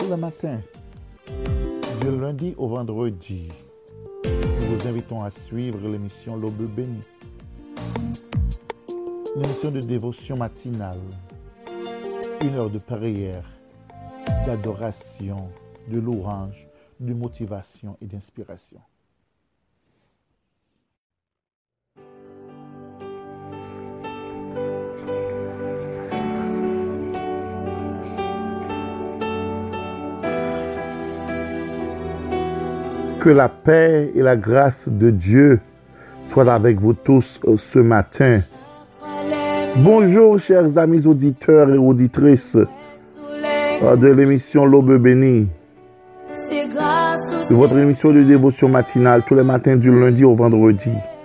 le matin, du lundi au vendredi. Nous vous invitons à suivre l'émission L'Aube bénie, l'émission de dévotion matinale, 1 heure de prière, d'adoration, de louange, de motivation et d'inspiration. Que la paix et la grâce de Dieu soient avec vous tous ce matin. Bonjour chers amis auditeurs et auditrices de l'émission L'Aube bénie. De votre émission de dévotion matinale tous les matins du lundi au vendredi.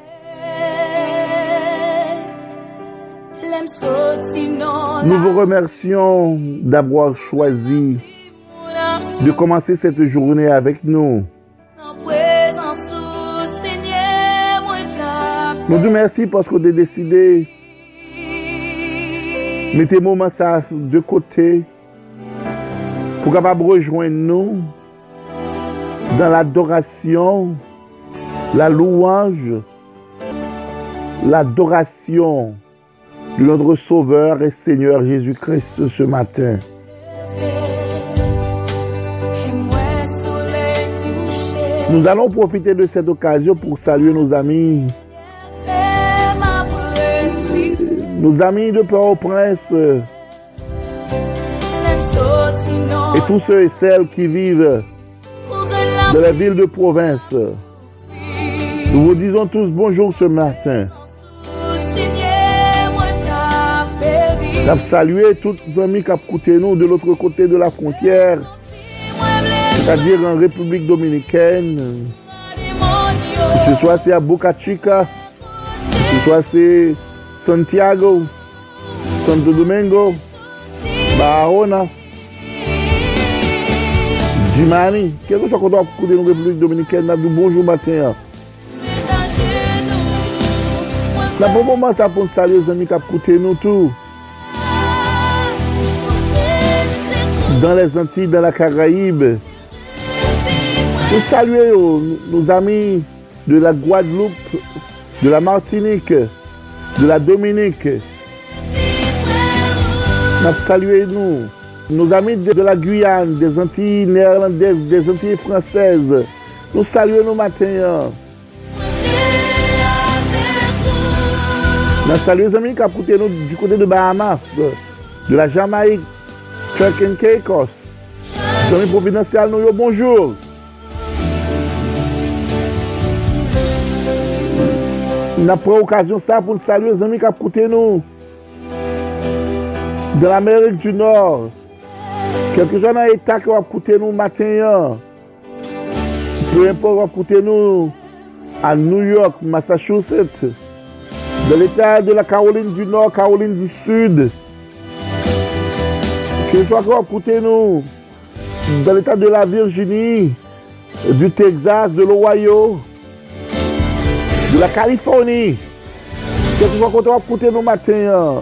Nous vous remercions d'avoir choisi de commencer cette journée avec nous. Nous disons merci parce que vous avez décidé de mettre moment ça de côté pour capable rejoindre nous dans l'adoration, la louange, l'adoration de notre Sauveur et Seigneur Jésus-Christ ce matin. Nous allons profiter de cette occasion pour saluer nos amis de Port-au-Prince et tous ceux et celles qui vivent dans les villes de province. Nous vous disons tous bonjour ce matin. Nous saluons tous les amis qui ont écouté nous de l'autre côté de la frontière, c'est-à-dire en République dominicaine, que ce soit c'est à Boca Chica, que ce soit c'est Santiago, Santo Domingo, Barahona, Jimani, quel que soit qu'on doit écouter en République dominicaine, nous avons bonjour matin. C'est un bon moment ça pour saluer les amis qui ont écouté nous tous. Dans les Antilles, dans la Caraïbe. Nous saluons nos amis de la Guadeloupe, de la Martinique, de la Dominique. Nous saluons nos amis de la Guyane, des Antilles néerlandaises, des Antilles françaises. Nous saluons nos matins. Nous saluons les amis qui ont écouté nous du côté de Bahamas, de la Jamaïque, Turks and Caicos. Les amis provinciaux, nous bonjour. Nous pris l'occasion ça pour saluer les amis qui ont écouté nous de l'Amérique du Nord. Quelques-uns dans l'État qui ont écouté nous matin. Peu importe, ont écouté nous à New York, Massachusetts, de l'État de la Caroline du Nord, Caroline du Sud. Quelques-uns qui ont écouté nous dans l'État de la Virginie, du Texas, de l'Ohio, de la Californie. Quelques fois qu'on a écouté nos matins.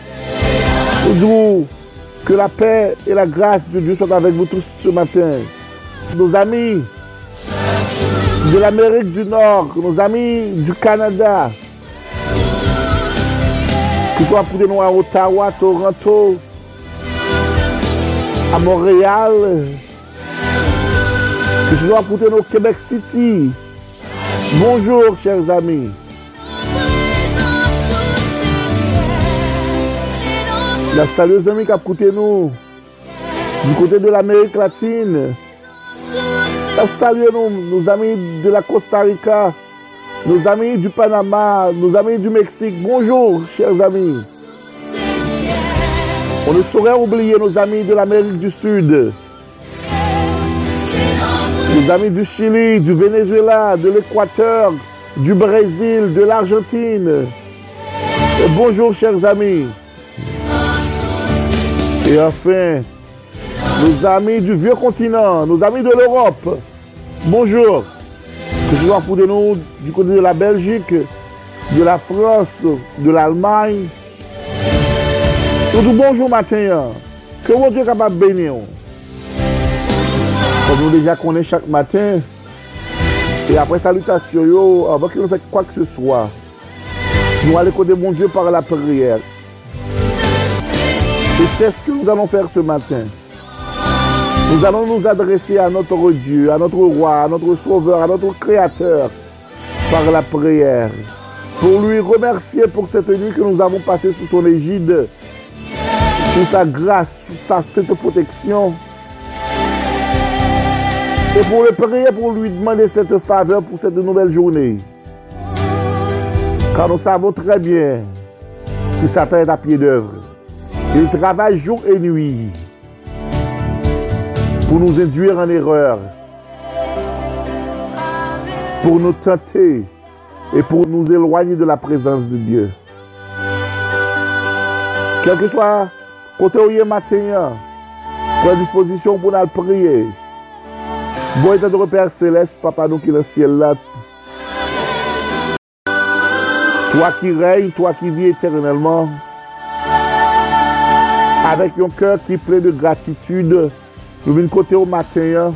Que la paix et la grâce de Dieu soient avec vous tous ce matin. Nos amis de l'Amérique du Nord, nos amis du Canada, qui soient écoutés nous à Ottawa, Toronto, à Montréal, qui soient écoutés nous au Québec City. Bonjour, chers amis. La salut aux amis qui ont écouté nous du côté de l'Amérique latine. La salut nos amis de la Costa Rica, nos amis du Panama, nos amis du Mexique. Bonjour, chers amis. On ne saurait oublier nos amis de l'Amérique du Sud. Nos amis du Chili, du Venezuela, de l'Équateur, du Brésil, de l'Argentine. Et bonjour chers amis. Et enfin, nos amis du vieux continent, nos amis de l'Europe. Bonjour. Que ce soit pour nous du côté de la Belgique, de la France, de l'Allemagne. Tout bonjour matin. Que mon Dieu est capable de bénir. Comme nous déjà connaissons chaque matin. Et après salutation, avant que nous fassions quoi que ce soit, nous allons côté mon Dieu par la prière. Et c'est ce que nous allons faire ce matin. Nous allons nous adresser à notre Dieu, à notre roi, à notre sauveur, à notre créateur par la prière. Pour lui remercier pour cette nuit que nous avons passée sous son égide, sous sa grâce, sous sa sainte protection. Et pour le prier, pour lui demander cette faveur pour cette nouvelle journée. Car nous savons très bien que Satan est à pied d'œuvre. Il travaille jour et nuit pour nous induire en erreur, pour nous tenter et pour nous éloigner de la présence de Dieu. Quel que soit côté où il est matin, prenez disposition pour nous prier. Bon état de Père céleste, Papa nous qui est dans le ciel là. Toi qui règnes, toi qui vis éternellement, avec un cœur qui est plein de gratitude, nous venons côté au matin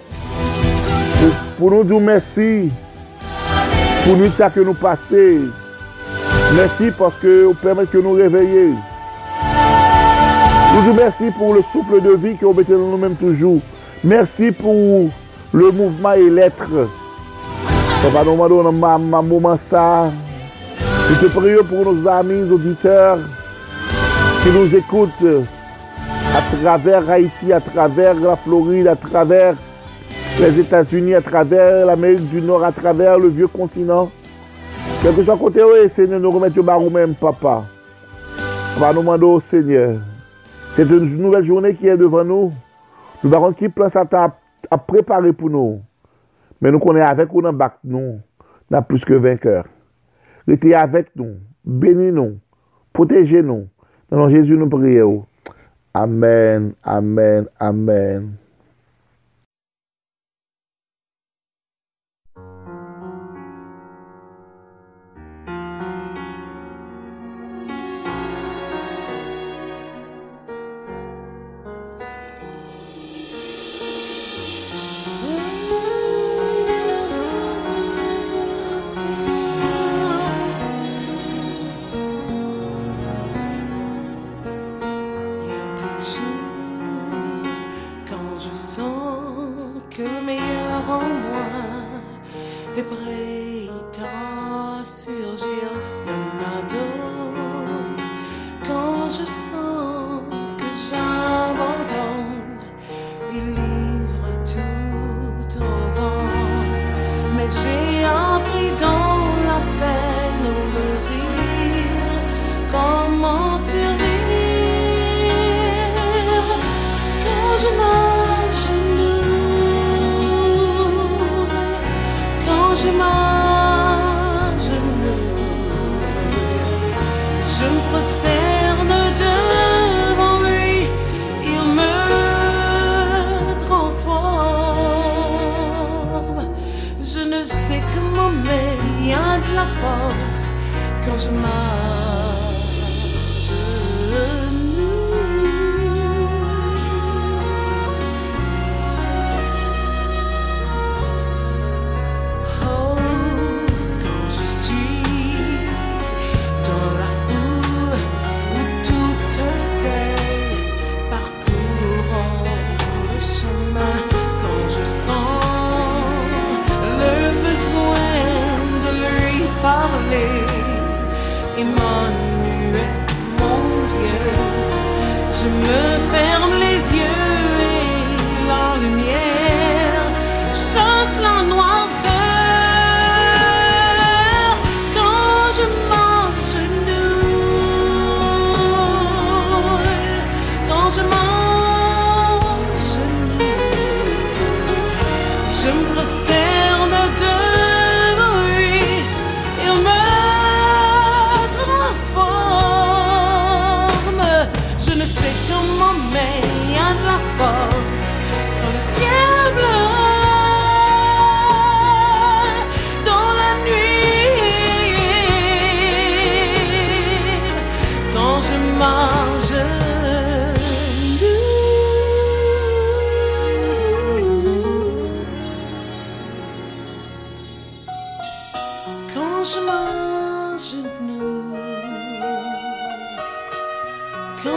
pour nous dire merci pour nous ça que nous passons. Merci parce que vous permettez de nous réveiller. Nous disons merci pour le souffle de vie que vous mettez dans nous-mêmes toujours. Merci pour le mouvement et l'être. Papa, nous demandons un moment ça. Nous te prions pour nos amis auditeurs qui nous écoutent à travers Haïti, à travers la Floride, à travers les États-Unis, à travers l'Amérique du Nord, à travers le vieux continent. Quel que soit côté, oui, Seigneur, nous remettons par nous-mêmes, Papa. Papa, nous demandons au Seigneur. C'est une nouvelle journée qui est devant nous. Nous avons qui plan Satan à préparer pour nous. Mais nous connaissons avec nous dans le bac, nous sommes plus que vainqueurs. Restez avec nous, bénis-nous, protégez-nous. Dans le nom de Jésus, nous prions. Amen, amen, amen.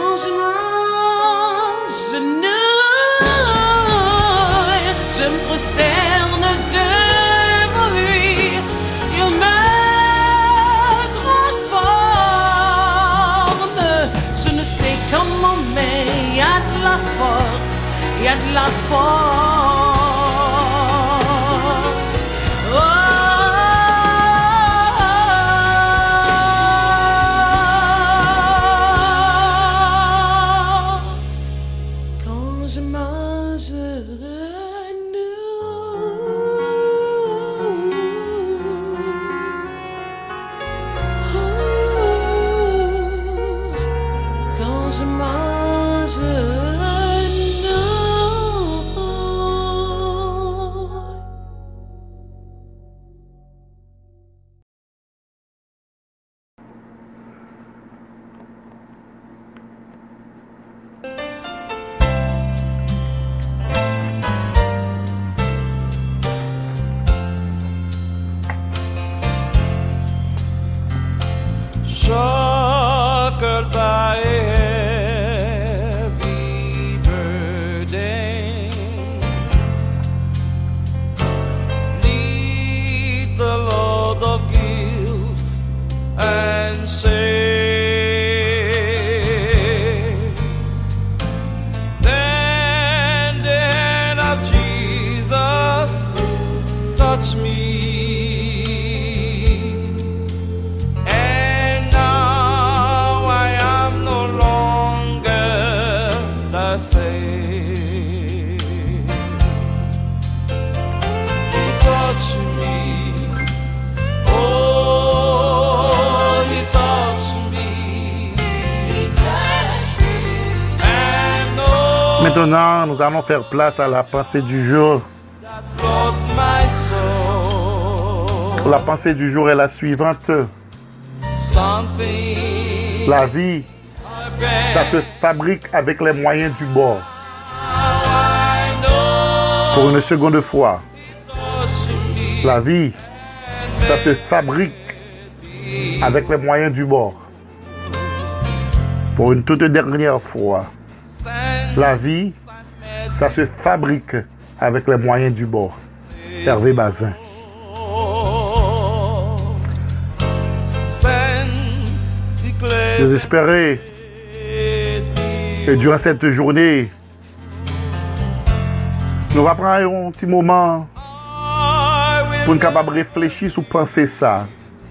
Quand je m'agenouille, je me prosterne devant lui, il me transforme. Je ne sais comment, mais il y a de la force, il y a de la force. Oh, quand je m'agenouille, quand je m'agenouille. Shackled by a heavy burden, neath the load of guilt and shame. Then the hand of Jesus touched me. Maintenant, nous allons faire place à la pensée du jour. La pensée du jour est la suivante. La vie, ça se fabrique avec les moyens du bord. Pour une seconde fois. La vie, ça se fabrique avec les moyens du bord. Pour une toute dernière fois. La vie, ça se fabrique avec les moyens du bord. Hervé Bazin. J'espérais que durant cette journée, nous allons prendre un petit moment pour nous capables de réfléchir sur penser ça.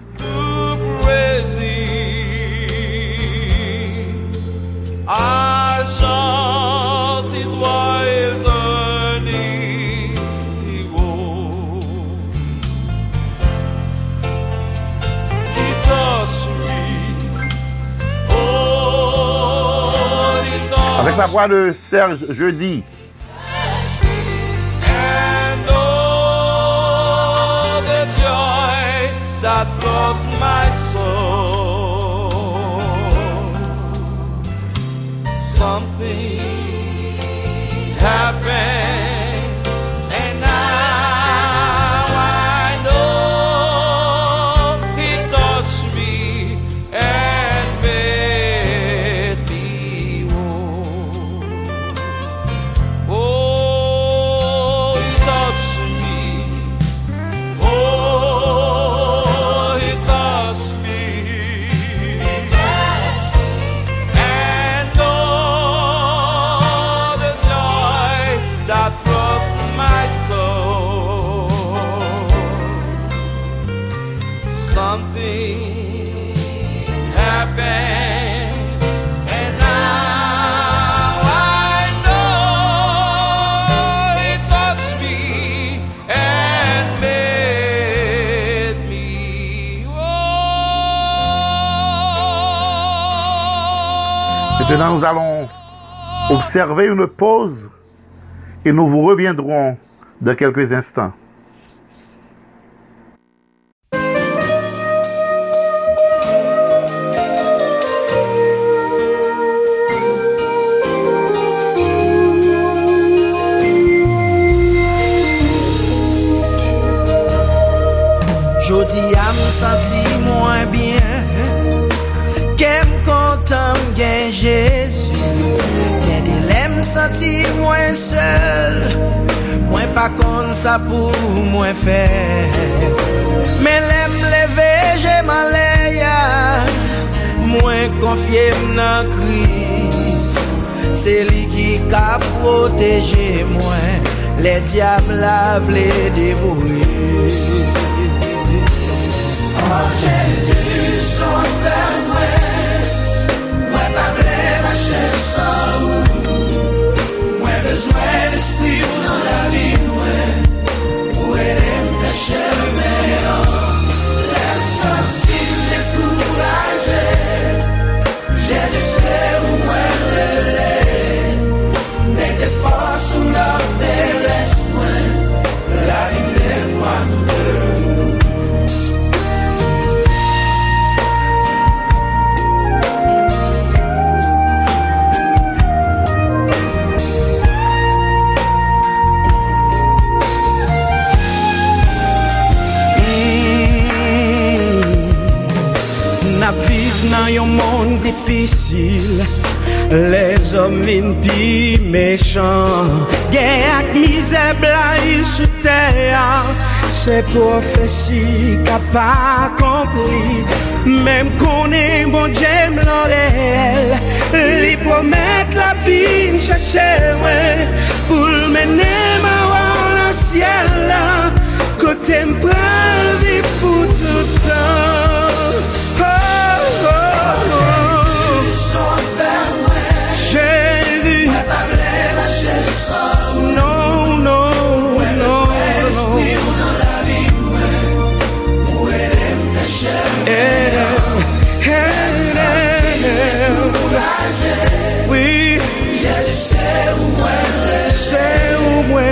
Avec la voix de Serge Jeudi. And oh, the joy that floods my soul. Something happened, and now I know He touched me and made me whole. Oh, He touched me. Oh, He touched me. He touched me. And oh, the joy that floods my soul. Something happened, and now I know He touched me and made me whole. Maintenant, nous allons observer une pause et nous vous reviendrons dans quelques instants. Jodi a me senti moins bien, qu'elle me content bien Jésus. senti moins seul. Moins pas comme ça pour moins faire. Mais l'aime lever, j'ai malaya. Moins confié dans Christ. C'est lui qui a protégé moi. Les diables la voulaient dévorer. Oh Jésus, sauve-moi. Moi pas voulu marcher sans vous. Moi besoin d'esprit dans la vie, moi. Pour aider me faire chemin. Laisse sortir découragé. Jésus sait où moi le lait. Mets tes forces sous la faiblesse, moi. La vie n'est pas de nous. Vivre dans un monde difficile, les hommes impies méchants, guerre et misère blaye sous terre, c'est prophétie qu'a pas accompli, même qu'on est bon Dieu l'oreille, lui promettent la vie chercher pour le mener ma au ciel, côté m'prend vivre pour tout le temps. Jésus, non, non, non, non. Oui, c'est où moi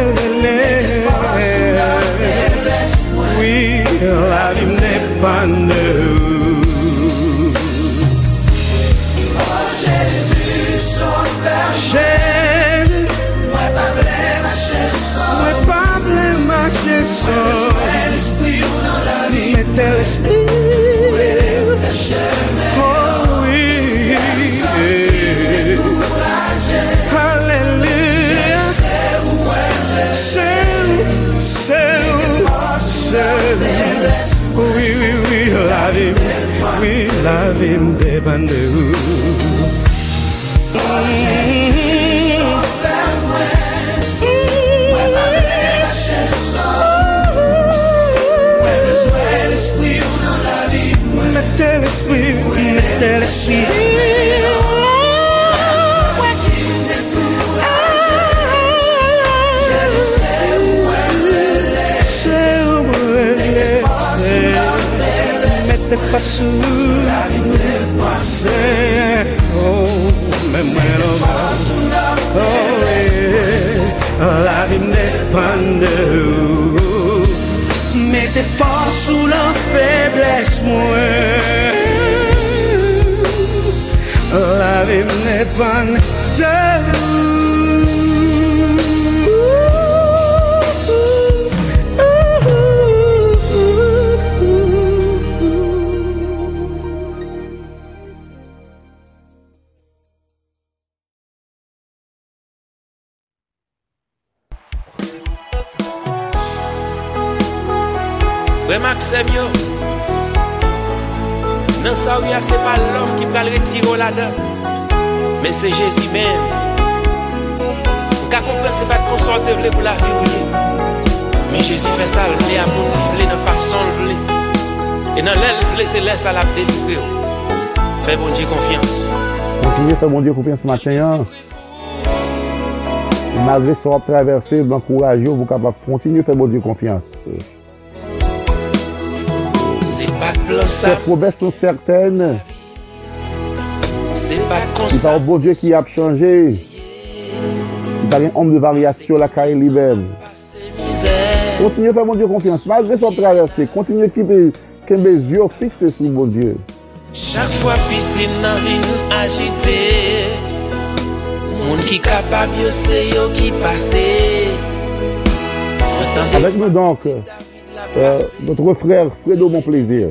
oui, la vie n'est pas neuve. Jésus, moi pas voulu marcher sans. Mettez l'esprit. Oh oui. Alléluia. C'est oui, la vie me dépend de vous. Mettez l'esprit. Mettez pas sous. C'est même la vie n'est pas de vous. Mettez force sous la faiblesse, moi. La vie n'est pas de vous. Maxime yo. Dans ça où c'est pas l'homme qui va le retirer là-dedans, mais c'est Jésus même. On peut comprendre c'est pas de consorter pour la vie, mais Jésus fait ça, il voulait amour, il voulait de façon, il voulait. Et dans l'aile, il voulait c'est laisse à la délivrer. Fais bon Dieu confiance. Continuez à faire bon Dieu confiance ce matin. Malgré ce qu'on a traversé, vous encouragez, vous êtes capable de continuer à faire bon Dieu confiance. Les promesses sont certaines. C'est pas comme ça. C'est pas un bon Dieu qui a changé. C'est pas un homme de variation la carrière lui-même. Continuez à faire mon Dieu confiance. Malgré son traversée, continuez à mes yeux fixés sur mon Dieu. Chaque fois piscine dans une agitée. Monde qui capable c'est yo qui passé. Avec nous donc notre frère Fredo Mon Plaisir.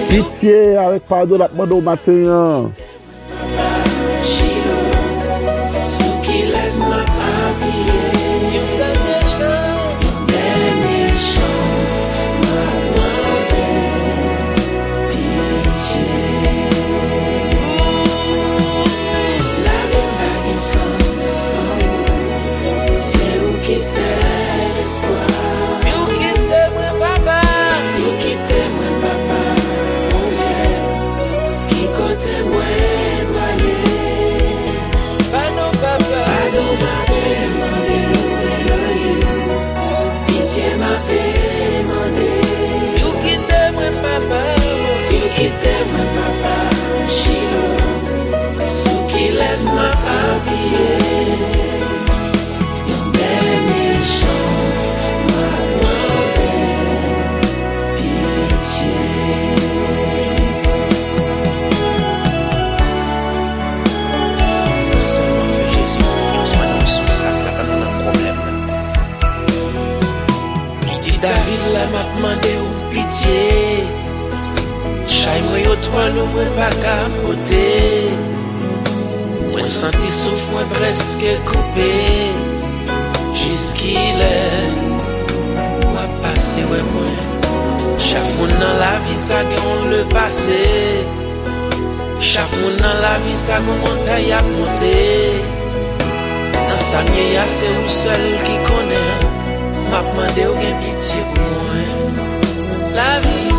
Pitié avec pardon la demande au matin. David la m'a demandé ou pitié. Chay moi yo toi nous moi pas capoter. Moi senti souffle moi presque coupé. Jusqu'il est moi passer ouais moi. Chaque monde dans la vie ça gagne le passé. Chaque monde dans la vie ça gagne montagne à monter. Dans sa mienne c'est vous seul qui connaît. M'a demandé ou bien pitié pour moi. La vie,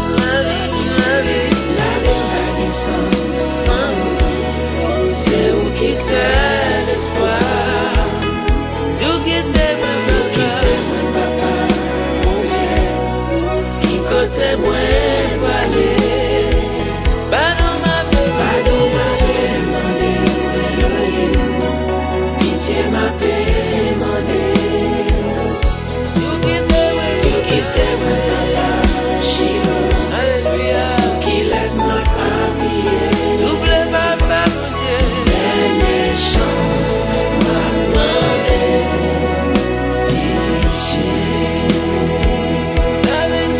sans vous, c'est où qui c'est l'espoir. C'est où qui t'aime, papa, mon Dieu, qui côté moi doit aller. Pardon m'a demandé, pitié m'a demandé. Si vous quittez moi, papa, Chiro, alléluia. Si vous qui laisse ma papier, double papa, mon Dieu. Dernière chance, m'a demandé pitié. La vie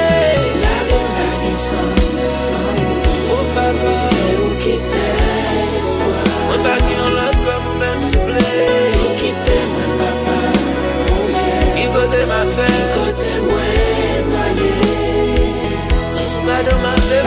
sans oh papa, c'est vous qui c'est l'espoir. Moi pas qui en l'autre comme vous-même, s'il vous plaît. Si vous quittez moi, papa, côté ma fête, côté moi aller. Pardon ma fête,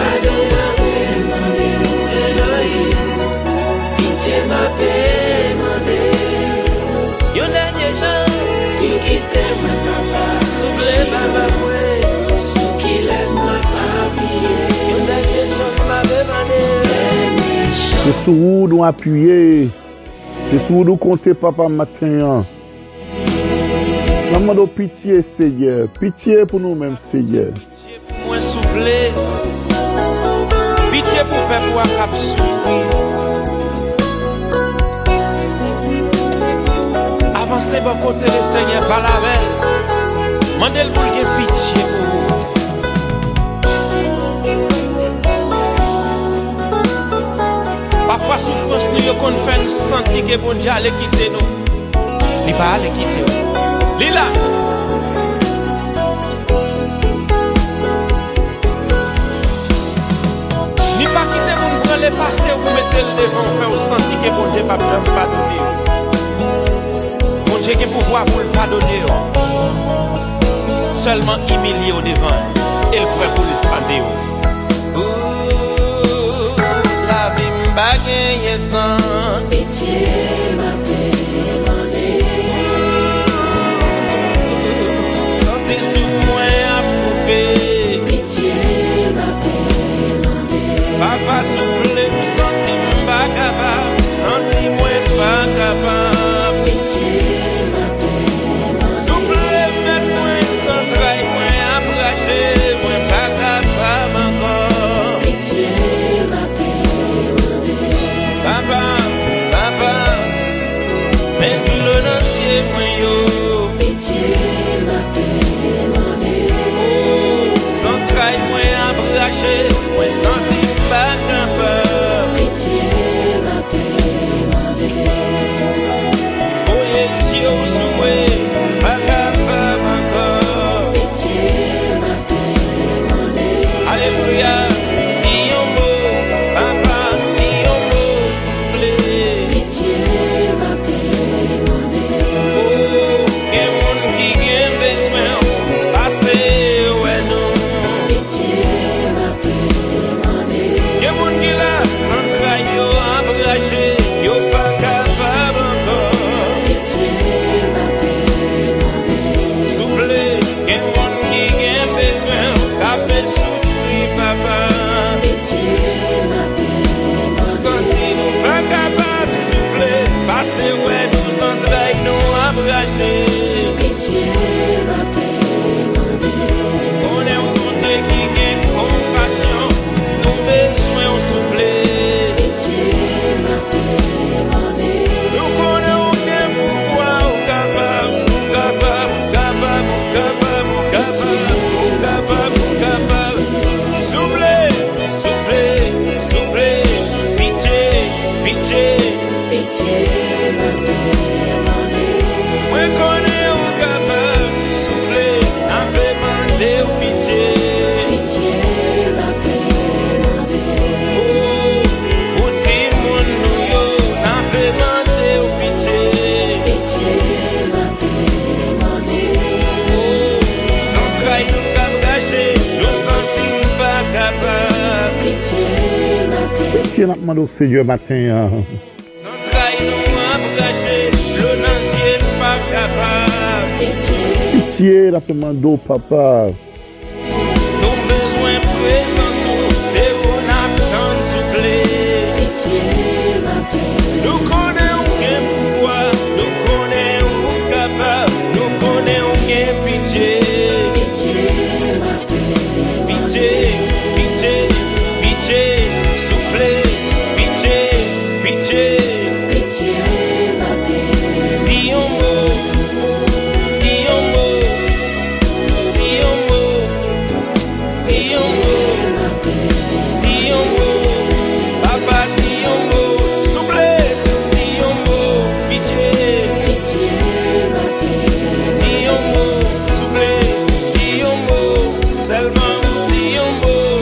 pitié m'a demandé. Yon dernier chance, si vous quittez moi papa, soufflez papa moi, sous qui laisse ma papier. Yon dernier chance m'a demandé. C'est sur où nous appuyer, c'est sur où nous compter papa matin. Maman de pitié, Seigneur. Pitié pour nous-mêmes, Seigneur. Pitié pour moi souffler. Pitié pour peuple à cap souffrir. Avancez bon côté le Seigneur par la veille. Mandez le pour qu'il pitié pour vous. Parfois souffrance nous qu'on fait nous sentir que bon Dieu allait quitter nous. Il va aller quitter nous. Lila. Ni pas quitter mon prendre le passé ou mettre le devant faire au senti que bon Dieu pas jamais pardonner. Bon Dieu qui pouvoir pour le pardonner. Seulement humilier au devant et le prêt pour le pardonner. La vie m'a gagné sans pitié m'a demandé. Pitié m'a demandé. Papa souffle, senti pas capable, senti moi pas capable. Pitié m'a demandé. Souffle, même moi sans trahi, moi abragé, moi pas capable encore. Pitié m'a demandé. Papa, même le lancier moi yo. Pitié m'a demandé. Sans trahi, moi abragé, moi senti pas capable. On est au son qui gagne compassion, nos besoins au soufflé. Nous connaissons aucun pouvoir, capable. Soufflez, pitié. Moi connais au capable, soufflez, un peu mandé ou pitié. Oh, petit monde nous yo, un peu mandé ou pitié. Oh, sans trahir nous capables, nous sentis pas capables. Pitié n'a demandé au Seigneur matin. Sans trahir nous capables, l'eau dans le ciel pas capable. Pitié n'a demandé au papa. Nos besoins présents, c'est on a besoin de souffler. Nous connaissons aucun pouvoir, nous connaissons capable, nous connaissons aucun pitié. Pitié, soufflez, pitié. Dis un mot, papa, dis un mot, soufflez, dis un mot, pitié. Dis un mot, soufflez, dis un mot, seulement dis un mot.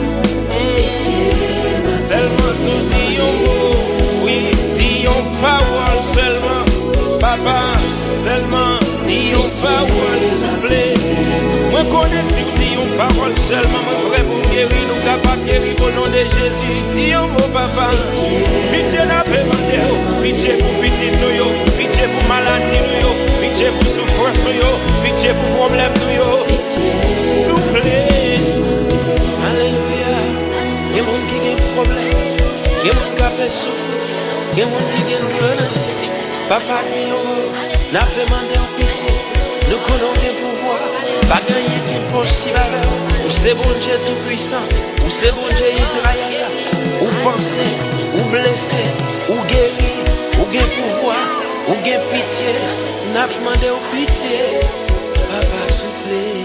Seulement sous dis un mot, oui, dis une parole seulement, papa, seulement dis une parole, soufflez. Moi connais si vous dites une parole seulement, moi prêt pour guérir, nous capables de guérir au nom de Jésus. Dis un mot, papa, pitié n'a pas demandé, pitié pour petit nous, pitié pour maladie nous, pitié pour souffrance nous, pitié pour problème nous, soufflez. Alléluia. Il y a des gens qui ont des problèmes, il y a des gens qui ont fait souffrir, il y a des gens qui ont menace. Papa dit, n'a pas demandé en pitié, nous connaissons des pouvoirs, pas gagner qui est possible avec nous. Ou c'est bon Dieu tout puissant, ou c'est bon Dieu Israël, ou penser, ou blesser, ou guérir, ou gain pouvoir, ou gain pitié, n'a pas demandé en pitié. Papa soufflez.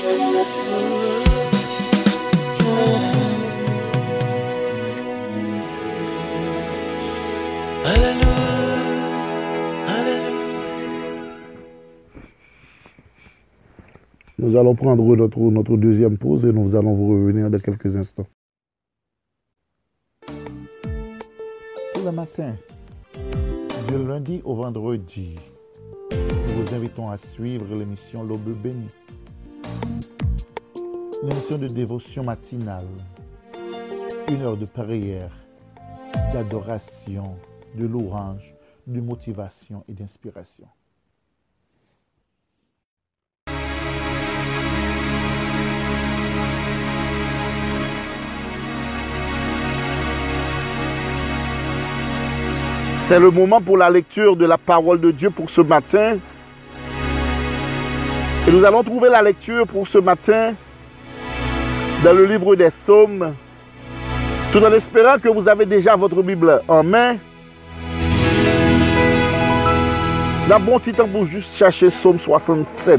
Nous allons prendre notre deuxième pause et nous allons vous revenir dans quelques instants. Pour le matin, du lundi au vendredi, nous vous invitons à suivre l'émission L'Aube bénie. Une émission de dévotion matinale, 1 heure de prière, d'adoration, de louange, de motivation et d'inspiration. C'est le moment pour la lecture de la parole de Dieu pour ce matin. Et nous allons trouver la lecture pour ce matin dans le livre des Psaumes, tout en espérant que vous avez déjà votre Bible en main. D'un bon petit temps pour juste chercher Psaume 67.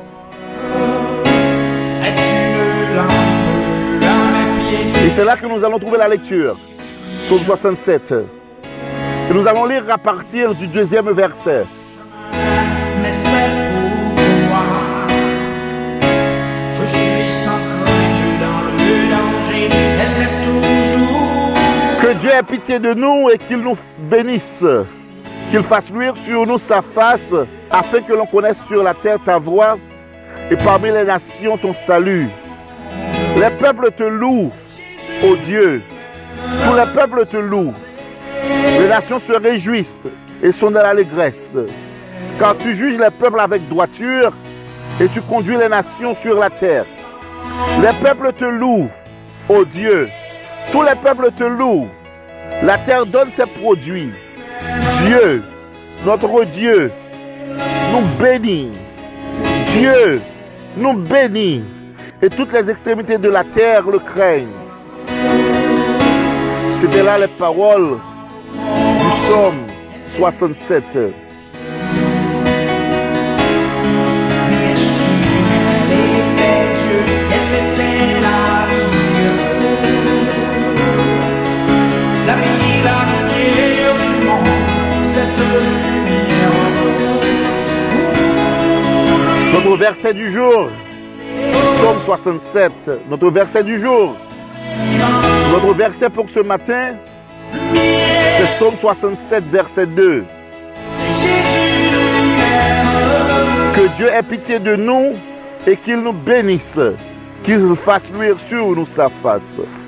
Et c'est là que nous allons trouver la lecture. Psaume 67. Et nous allons lire à partir du 2e verset. Mais c'est pour moi, je suis sans crainte dans le danger, elle est toujours. Que Dieu ait pitié de nous et qu'il nous bénisse, qu'il fasse luire sur nous sa face, afin que l'on connaisse sur la terre ta voix et parmi les nations ton salut. Les peuples te louent, ô Dieu, tous les peuples te louent. Les nations se réjouissent et sont dans l'allégresse, car tu juges les peuples avec droiture et tu conduis les nations sur la terre. Les peuples te louent, ô Dieu, tous les peuples te louent. La terre donne ses produits. Dieu, notre Dieu, nous bénit Dieu nous bénit et toutes les extrémités de la terre le craignent. C'était là les paroles du psaume 67. Notre verset du jour, Psaume 67, notre verset du jour, notre verset pour ce matin, c'est Psaume 67, verset 2. Que Dieu ait pitié de nous et qu'il nous bénisse, qu'il fasse luire sur nous sa face.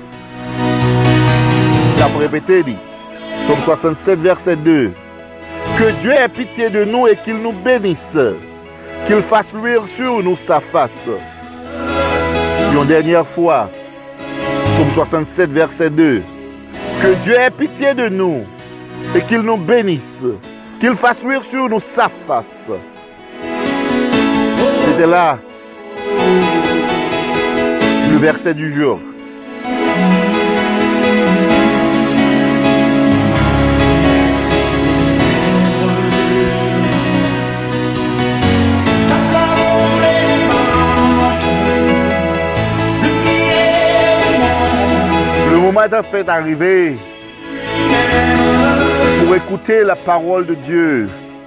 J'ai répété, dit, Psaume 67, verset 2. Que Dieu ait pitié de nous et qu'il nous bénisse, qu'il fasse luire sur nous sa face. Une dernière fois, Psaume 67, verset 2. Que Dieu ait pitié de nous et qu'il nous bénisse, qu'il fasse luire sur nous sa face. C'était là le verset du jour. Le moment est en fait arrivé pour écouter la parole de Dieu.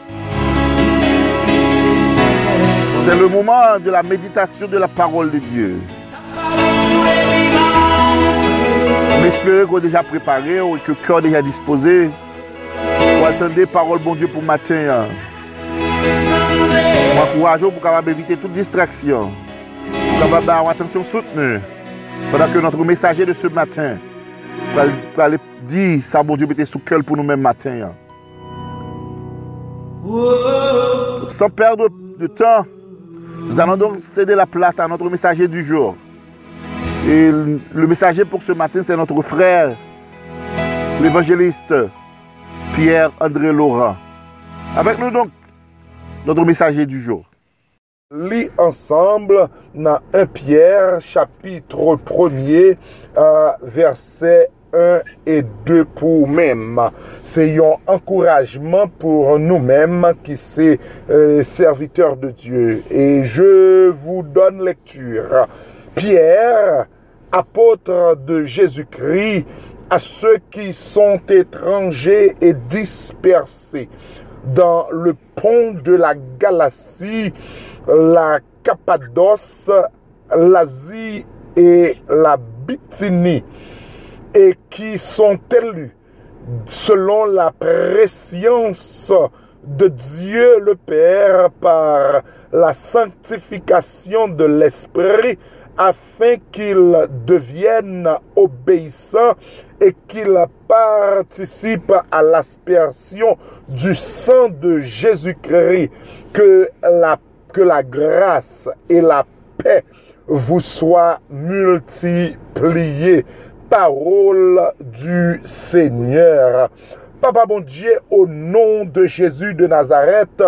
C'est le moment de la méditation de la parole de Dieu. J'espère qu'on est déjà préparé et que le cœur est déjà disposé pour attendre la parole bon Dieu pour matin. Je m'encourage pour éviter toute distraction. Pour avoir attention soutenue. Pendant que notre messager de ce matin va aller dire ça, bon Dieu, mettez sous cœur pour nous-mêmes matin. Sans perdre de temps, nous allons donc céder la place à notre messager du jour. Et le messager pour ce matin, c'est notre frère, l'évangéliste Pierre-André Laurent. Avec nous donc, notre messager du jour. Lis ensemble dans 1 Pierre, chapitre 1er, verset 1 et 2 pour même. C'est un encouragement pour nous-mêmes qui sommes serviteurs de Dieu. Et je vous donne lecture. Pierre, apôtre de Jésus-Christ, à ceux qui sont étrangers et dispersés dans le pont de la Galatie, la Cappadoce, l'Asie et la Bithynie, et qui sont élus selon la prescience de Dieu le Père par la sanctification de l'Esprit, afin qu'ils deviennent obéissants et qu'ils participent à l'aspersion du sang de Jésus-Christ. Que la grâce et la paix vous soient multipliées. Parole du Seigneur. Papa bon Dieu, au nom de Jésus de Nazareth,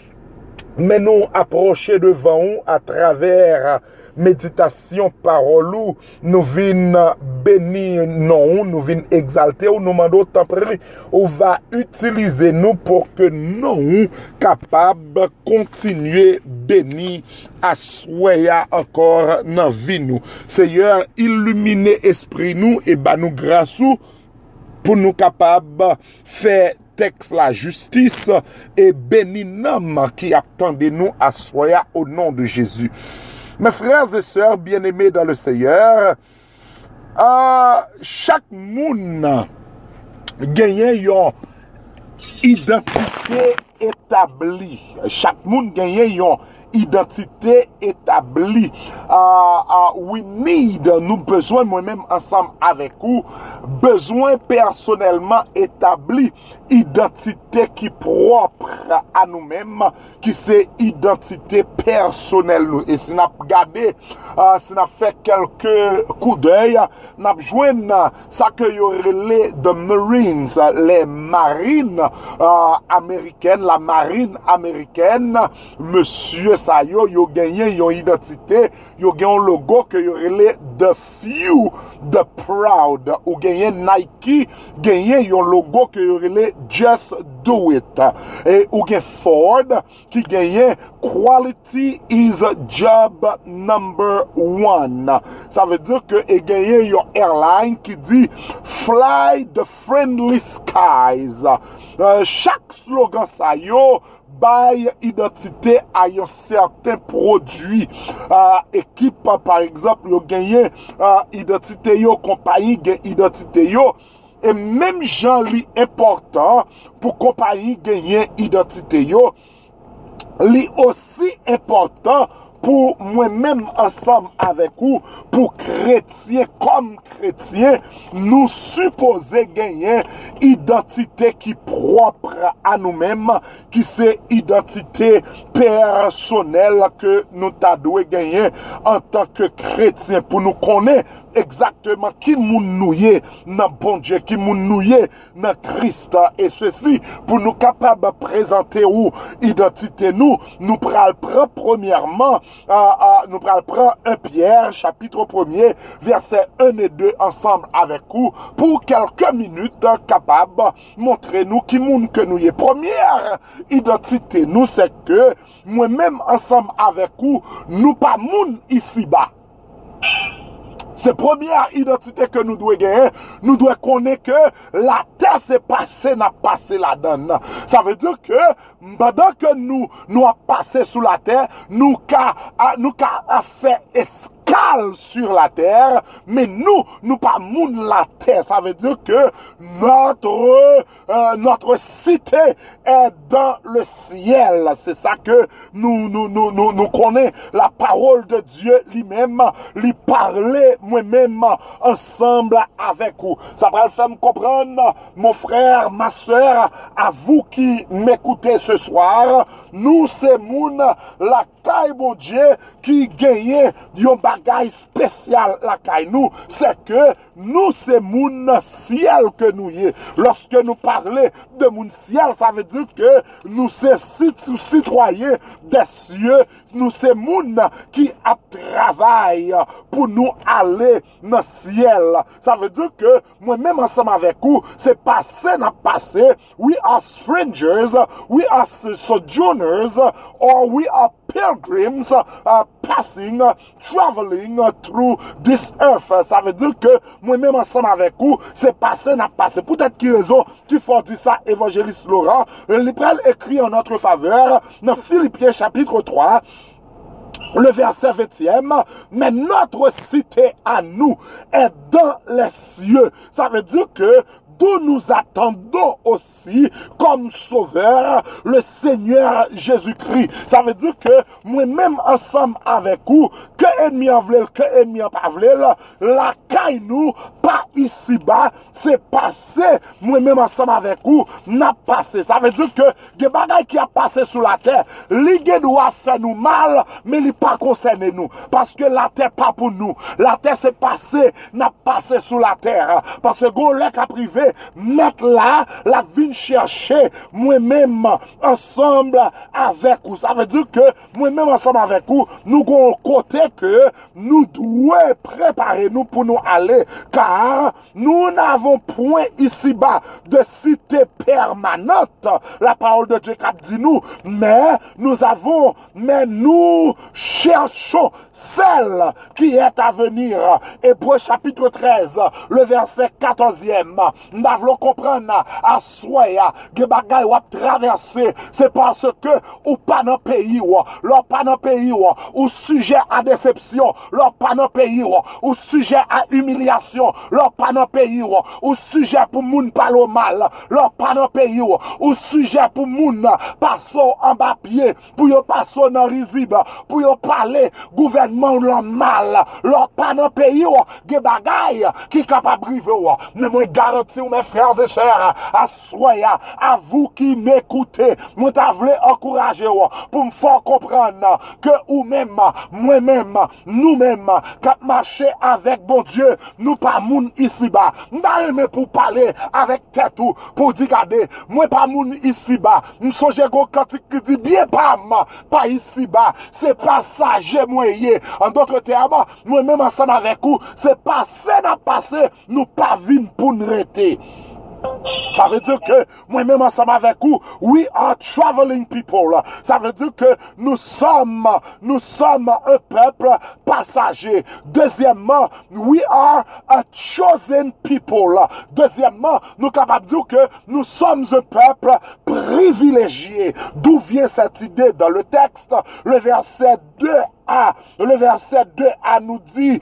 mais nous approcher devant nous à travers méditation parole ou nous venons bénir non, nous venons exalter ou nous demandons tant pis, on va utiliser nous pour que nous capables continuer bénir à soya encore dans vie nous. Seigneur, illuminer esprit nous et ba nous grâce pour nous capables faire texte la justice et bénir l'homme qui attendait nous à soya au nom de Jésus. Mes frères et sœurs bien-aimés dans le Seigneur, chaque monde gagne une identité établie. Chaque monde gagne une identité établie. We need, nous besoin moi-même ensemble avec vous, besoin personnellement établi, identité qui propre à nous-mêmes, qui c'est identité personnelle. Et si nous regardons, si nous fait quelques coups d'œil, nous joignons ça que y aurait les Marines, les marines américaines, la marine américaine, monsieur sa yo gagné yon identité, yo gagné un logo que yo relè the few, the proud, ou gagné Nike, gagné yon logo que yo relè just do it. Et ou gagné Ford qui gagné quality is job number one. Ça veut dire que et gagné yon airline qui dit fly the friendly skies. Chaque slogan ça yo bail identité à un certain produit. Équipe par exemple yo gagné identité yo, compagnie gagne identité yo. Et même gens li important pour compagnie gagner identité yo, li aussi important pour moi-même ensemble avec vous, pour chrétiens comme chrétiens, nous supposer gagner identité qui propre à nous-mêmes, qui c'est identité personnelle que nous t'avons gagner en tant que chrétiens, pour nous connaître exactement qui nous y est dans bon Dieu, qui nous y est dans Christ, et ceci pour nous capables de présenter où identité nous prenons premièrement nous prenons 1 Pierre chapitre 1er verset 1 et 2 ensemble avec vous pour quelques minutes capables montrer nous qui moun que nous y est. Première identité nous c'est que moi-même ensemble avec vous nous pas moun ici-bas. C'est première identité que nous devons gagner. Nous devons connaître que la terre s'est passée, n'a passé là-dedans. Ça veut dire que pendant que nous avons passé sous la terre, nous avons fait escale sur la terre, mais nous pas moun la terre. Ça veut dire que notre cité est dans le ciel. C'est ça que nous connaissons la parole de Dieu lui-même, lui parler moi-même ensemble avec vous. Ça va le faire me comprendre, mon frère, ma soeur, à vous qui m'écoutez ce soir, nous c'est moun la caille bon Dieu qui gagne yon bagay spécial la caille nous, c'est que nous c'est moun ciel que nous y est. Lorsque nous parlons de moun ciel, ça veut dire que nous c'est citoyens des cieux, nous c'est moun qui a travaillé pour nous aller dans le ciel. Ça veut dire que moi-même ensemble avec vous, c'est passé n'a passé. We are strangers, we are sojourners, or we are pilgrims passing, traveling through this earth. Ça veut dire que moi-même ensemble avec vous, c'est passé n'a passé. Peut-être qu'il y a raison qu'il faut dire ça, évangéliste Laurent. L'Épreuve écrit en notre faveur dans Philippiens chapitre 3. Le verset 20e, mais notre cité à nous est dans les cieux. Ça veut dire que d'où nous attendons aussi comme sauveur le Seigneur Jésus-Christ. Ça veut dire que moi-même ensemble avec vous, que ennemi en vle, que ennemi en pas vle, la caille nous, pas ici-bas, c'est passé, moi-même ensemble avec vous, n'a passé. Ça veut dire que des bagailles qui a passé sur la terre, li doit faire nous mal, mais li pas concerné nous. Parce que la terre pas pour nous. La terre c'est passé, n'a passé sous la terre. Parce que gon lèk a privé, mettre là, la vine chercher moi-même ensemble avec vous. Ça veut dire que moi-même ensemble avec vous, nous avons côté que nous devons préparer nous pour nous aller, car nous n'avons point ici-bas de cité permanente. La parole de Dieu dit nous, mais nous cherchons celle qui est à venir. Hébreux chapitre 13, le verset 14e. Nous devons comprendre à soi, que bagay ou traverser, c'est parce que ou pas dans pays ou pas dans pays ou sujet à déception, leur pas dans pays ou sujet à humiliation, leur pas dans pays ou sujet pour moun parler mal, leur pas dans pays ou sujet pour moun passer en bas pied, pour yo passer dans risible, pour yo parler gouvernement l'homme mal, leur pas dans pays des bagay qui capable briver. Mais moi garantis mes frères et sœurs, à soya, à vous qui m'écoutez, moi t'avais encourager pour me faire comprendre que ou même moi-même nous-mêmes, qui marché avec bon Dieu, nous pas moun ici-bas. Nous aimé pour parler avec tête ou, pour dire, regardez, moi pas moun ici-bas. Nous songe go cantique qui dit, bien pas ici-bas. C'est passager moyen. En d'autres termes, moi-même ensemble avec vous, c'est passé n'a passé, nous pas vinn pour nous rester. Ça veut dire que moi-même ensemble avec vous, we are traveling people. Ça veut dire que nous sommes un peuple passager. Deuxièmement, we are a chosen people. Deuxièmement, nous sommes capables de dire que nous sommes un peuple privilégié. D'où vient cette idée dans le texte? Le verset 2a. Le verset 2a nous dit,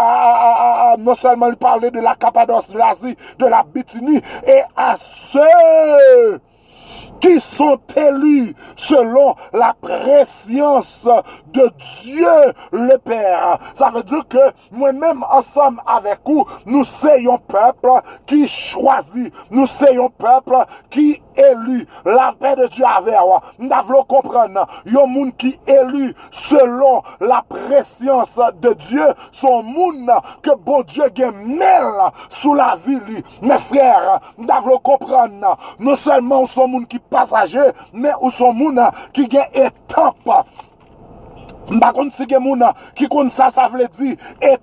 non seulement il parlait de la Cappadoce, de l'Asie, de la Bithynie, et à ceux qui sont élus selon la préscience de Dieu le Père. Ça veut dire que moi-même ensemble avec vous, nous sommes un peuple qui choisit, nous sommes un peuple qui élu. La paix de Dieu avec vous. Nous devons comprendre, il y a un monde qui élu selon la préscience de Dieu, son monde que bon Dieu mêle sous la vie. Mes frères, nous devons comprendre, non seulement son monde qui passager, mais ou son monde qui gagne étape. Par contre, si quelqu'un qui connaît ça, ça veut dire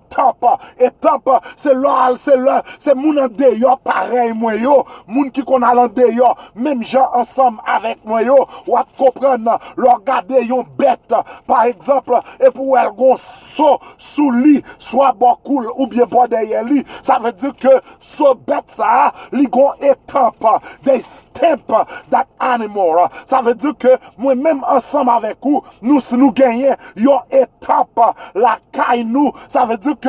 étape, c'est l'or, c'est moun en dehors pareil moi yo, moun qui connaît en dehors, même gens ensemble avec moi yo, ou à comprendre, leur regarder yon bête, par exemple, et pour elle gon saut sous lit, soit beaucoup ou bien pas derrière lui, ça veut dire que ce bête ça, li gon étape, they stamp that animal. Ça veut dire que moi même ensemble avec vous, nous gagnons yon étape la caille nous, ça veut dire que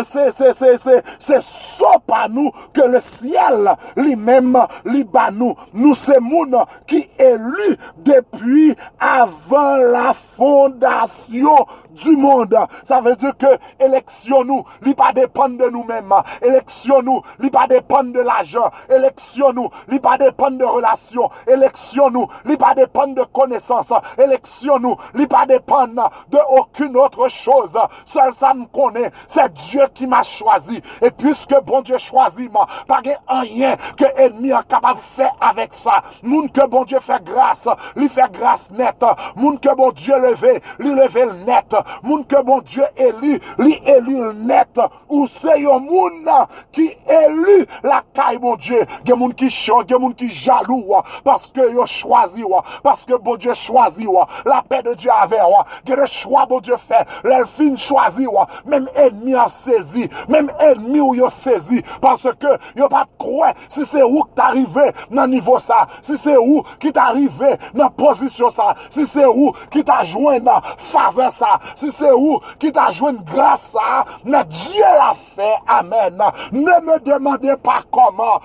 c'est sauf à nous que le ciel lui-même li ba nous. Nous c'est moun qui élu depuis avant la fondation du monde. Ça veut dire que élection nous, li pas dépend de nous-mêmes. Élection nous, li pas dépend de l'argent. Élection nous, li pas dépend de relations. Élection nous, li pas dépend de connaissances. Élection nous, li pas dépend de aucune autre chose. Seul ça me connaît, c'est Dieu qui m'a choisi. Et puisque bon Dieu choisit moi, pas rien que ennemi est capable de faire avec ça. Moun que bon Dieu fait grâce, lui fait grâce nette. Moun que bon Dieu levé, lui levé le net. Moun que bon Dieu élu, lui élu le net. Ou c'est yon moun qui élu la caille bon Dieu. Gen moun qui chante, gen moun qui jaloux parce que yon choisi parce que bon Dieu choisi la paix de Dieu avec gen le choix bon Dieu fait. L'elfine choisi même ennemi a saisi, même ennemi ou yon saisi parce que yon pas de croire si c'est où que t'arrivé dans niveau ça, si c'est où qui t'arrivé dans position ça, si c'est où qui t'a joint dans faveur ça, si c'est où qui t'a joint grâce ça, mais Dieu l'a fait. Amen. Ne me demandez pas comment,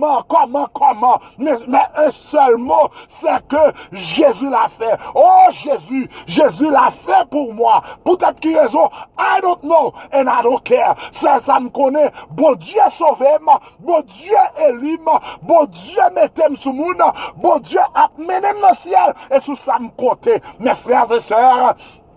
mais un seul mot, c'est que Jésus l'a fait. Oh Jésus l'a fait pour moi. Peut-être qu'il raison, I don't know and I don't care. Ça me connaît. Bon Dieu sauvé moi, bon Dieu élu moi, bon Dieu mettez sous moun, bon Dieu a mené dans le ciel et sous ça me compter. Mes frères et sœurs,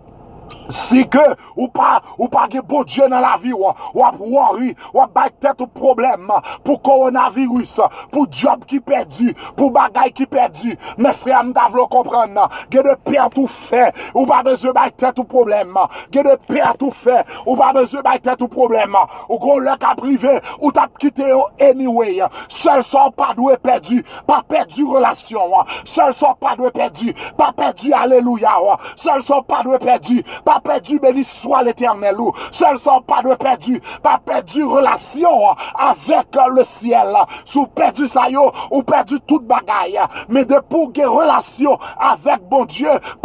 si que ou pas que bon Dieu dans la vie ou worry ou ba tête au problème pour coronavirus, pour job qui perdu, pour bagaille qui perdu, mes frères m'davlo comprendre que de père tout fait ou pas besoin ba tête au problème, que de père tout fait ou pas besoin ba tête au problème, ou gros le cap privé ou t'a quitté anyway, seul sort pas doué perdu, pas perdu relation, seul sort pas doué perdu, pas perdu alléluia, seul sort pas doué perdu, pas perdu, béni soit l'Éternel. Seul sont pas de perdu, pas perdu relation avec le ciel. Sous perdu ça yo, ou perdu toute bagaille. Mais de pour que relation avec bon Dieu,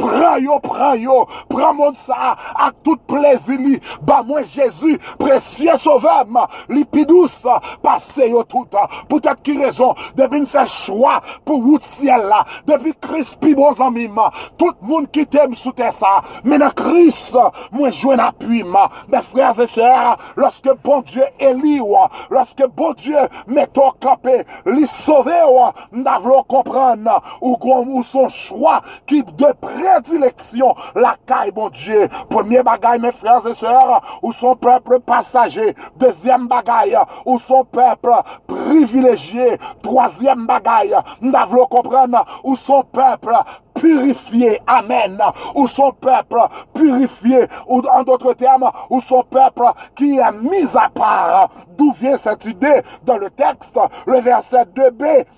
prends mon ça, à tout plaisir. Bah moi Jésus, précieux sauveur, lipidous, passez yo tout. Peut-être qu'il raison, depuis me faire choix pour route ciel là, depuis Christ pi bon ami, tout le monde qui t'aime sous terre ça, mais dans Christ force, moi joue appui. Mes frères et sœurs, lorsque bon Dieu élit, lorsque bon Dieu met au campé, les sauver, nous devons comprendre où son choix qui de prédilection, la caille, bon Dieu. Premier bagaille, mes frères et sœurs, où son peuple passager. Deuxième bagaille, où son peuple privilégié. Troisième bagaille, nous devons comprendre où son peuple purifié, amen, ou son peuple purifié, ou en d'autres termes, ou son peuple qui est mis à part. D'où vient cette idée dans le texte, le verset 2b.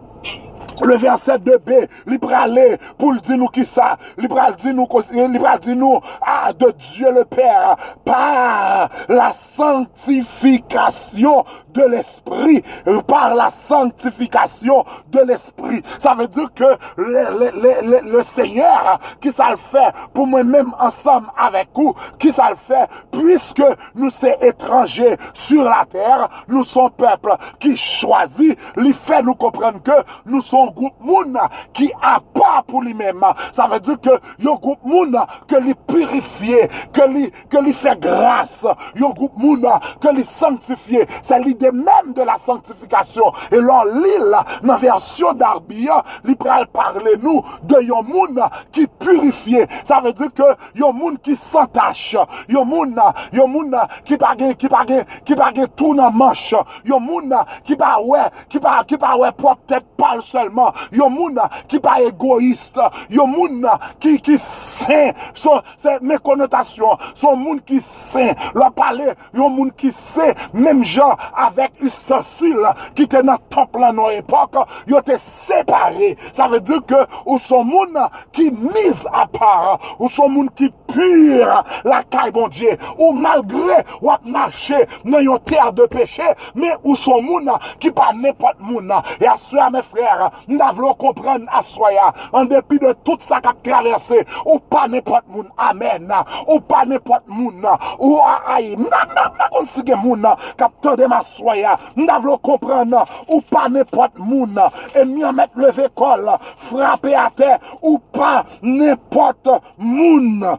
Le verset 2b, il aller pour le dire nous qui ça, il dire nous de Dieu le Père par la sanctification de l'esprit, par la sanctification de l'esprit. Ça veut dire que le Seigneur qui ça le fait pour moi-même ensemble avec vous, qui ça le fait puisque nous sommes étrangers sur la terre, nous sommes peuple qui choisit, il fait nous comprendre que nous sommes groupe moun qui a pas pour lui-même. Ça veut dire que yon groupe moun que lui purifié, que lui fait grâce, yon groupe moun que lui sanctifié. C'est l'idée même de la sanctification. Et là l'île dans version d'Arbia, il pral parler nous de yon moun qui purifié. Ça veut dire que yon moun qui s'entache, yon moun qui pas tout dans manche, yon moun qui pas propre tête parle seulement. Yon moun qui pas égoïste, yon moun qui saint, c'est mes connotations, son moun qui saint, leur parler, yon moun qui saint, même genre avec ustensile qui était dans le temple à notre époque, yon était séparé. Ça veut dire que ou son moun qui mise à part, ou son moun qui pur la caille bon Dieu, ou malgré ou marcher dans une terre de péché, mais ou son moun qui pas n'importe moun. Et à ceux mes frères, nous devons comprendre à soya, en dépit de tout ça qu'a traversé, ou pas n'importe moun, amen, ou pas n'importe moun, ou aïe, n'a consigne moun, capteur de ma soya, nous devons comprendre, ou pas n'importe moun, et mieux mettre le vécole, frapper à terre, ou pas n'importe moun.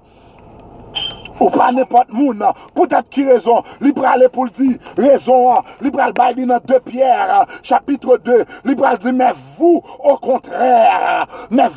Ou pas n'importe moun, peut-être qui raison, libéral pour le dire, raison, libéral bail dans 2 Pierre, chapitre 2, libéral dit, mais vous, au contraire,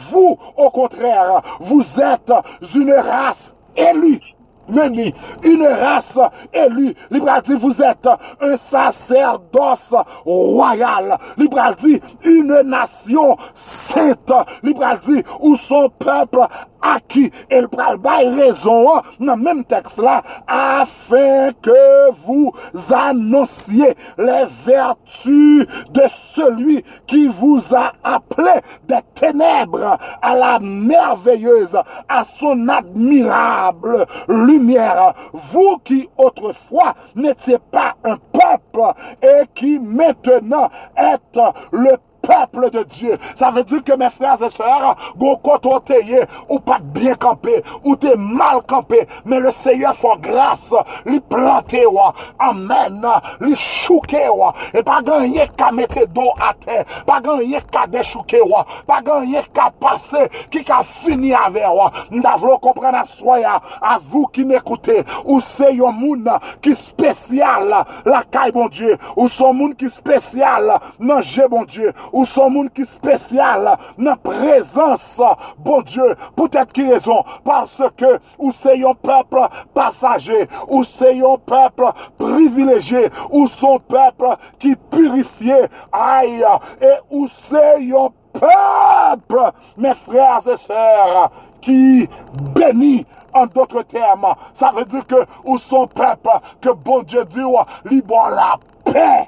vous êtes une race élue. Meni, une race élue. Libéral dit, vous êtes un sacerdoce royal. Libéral dit, une nation sainte. Libéral dit, où son peuple acquis. Et le pral bail raison dans le même texte là, afin que vous annonciez les vertus de celui qui vous a appelé des ténèbres à la merveilleuse, à son admirable lumière. Vous qui autrefois n'étiez pas un peuple et qui maintenant êtes le peuple de Dieu. Ça veut dire que mes frères et sœurs, quand t'es ou pas bien campé, ou t'es mal campé, mais le Seigneur fait grâce, lui planter, amen, lui chouquer, et pas gagner qu'à mettre dos à terre, pas gagner qu'à déchouquer, pas gagner qu'à passer, qui a fini avec, nous devons comprendre à soi, à vous qui m'écoutez, ou c'est un monde qui spécial, la caille bon Dieu, ou son monde qui spécial, manger bon Dieu, ou son monde qui spécial dans présence bon Dieu. Peut-être qui raison parce que ou c'est un peuple passager, ou c'est un peuple privilégié, ou son peuple qui purifié, aïe, et ou c'est un peuple, mes frères et sœurs, qui bénit. En d'autres termes, ça veut dire que ou son peuple que bon Dieu dit libre la paix.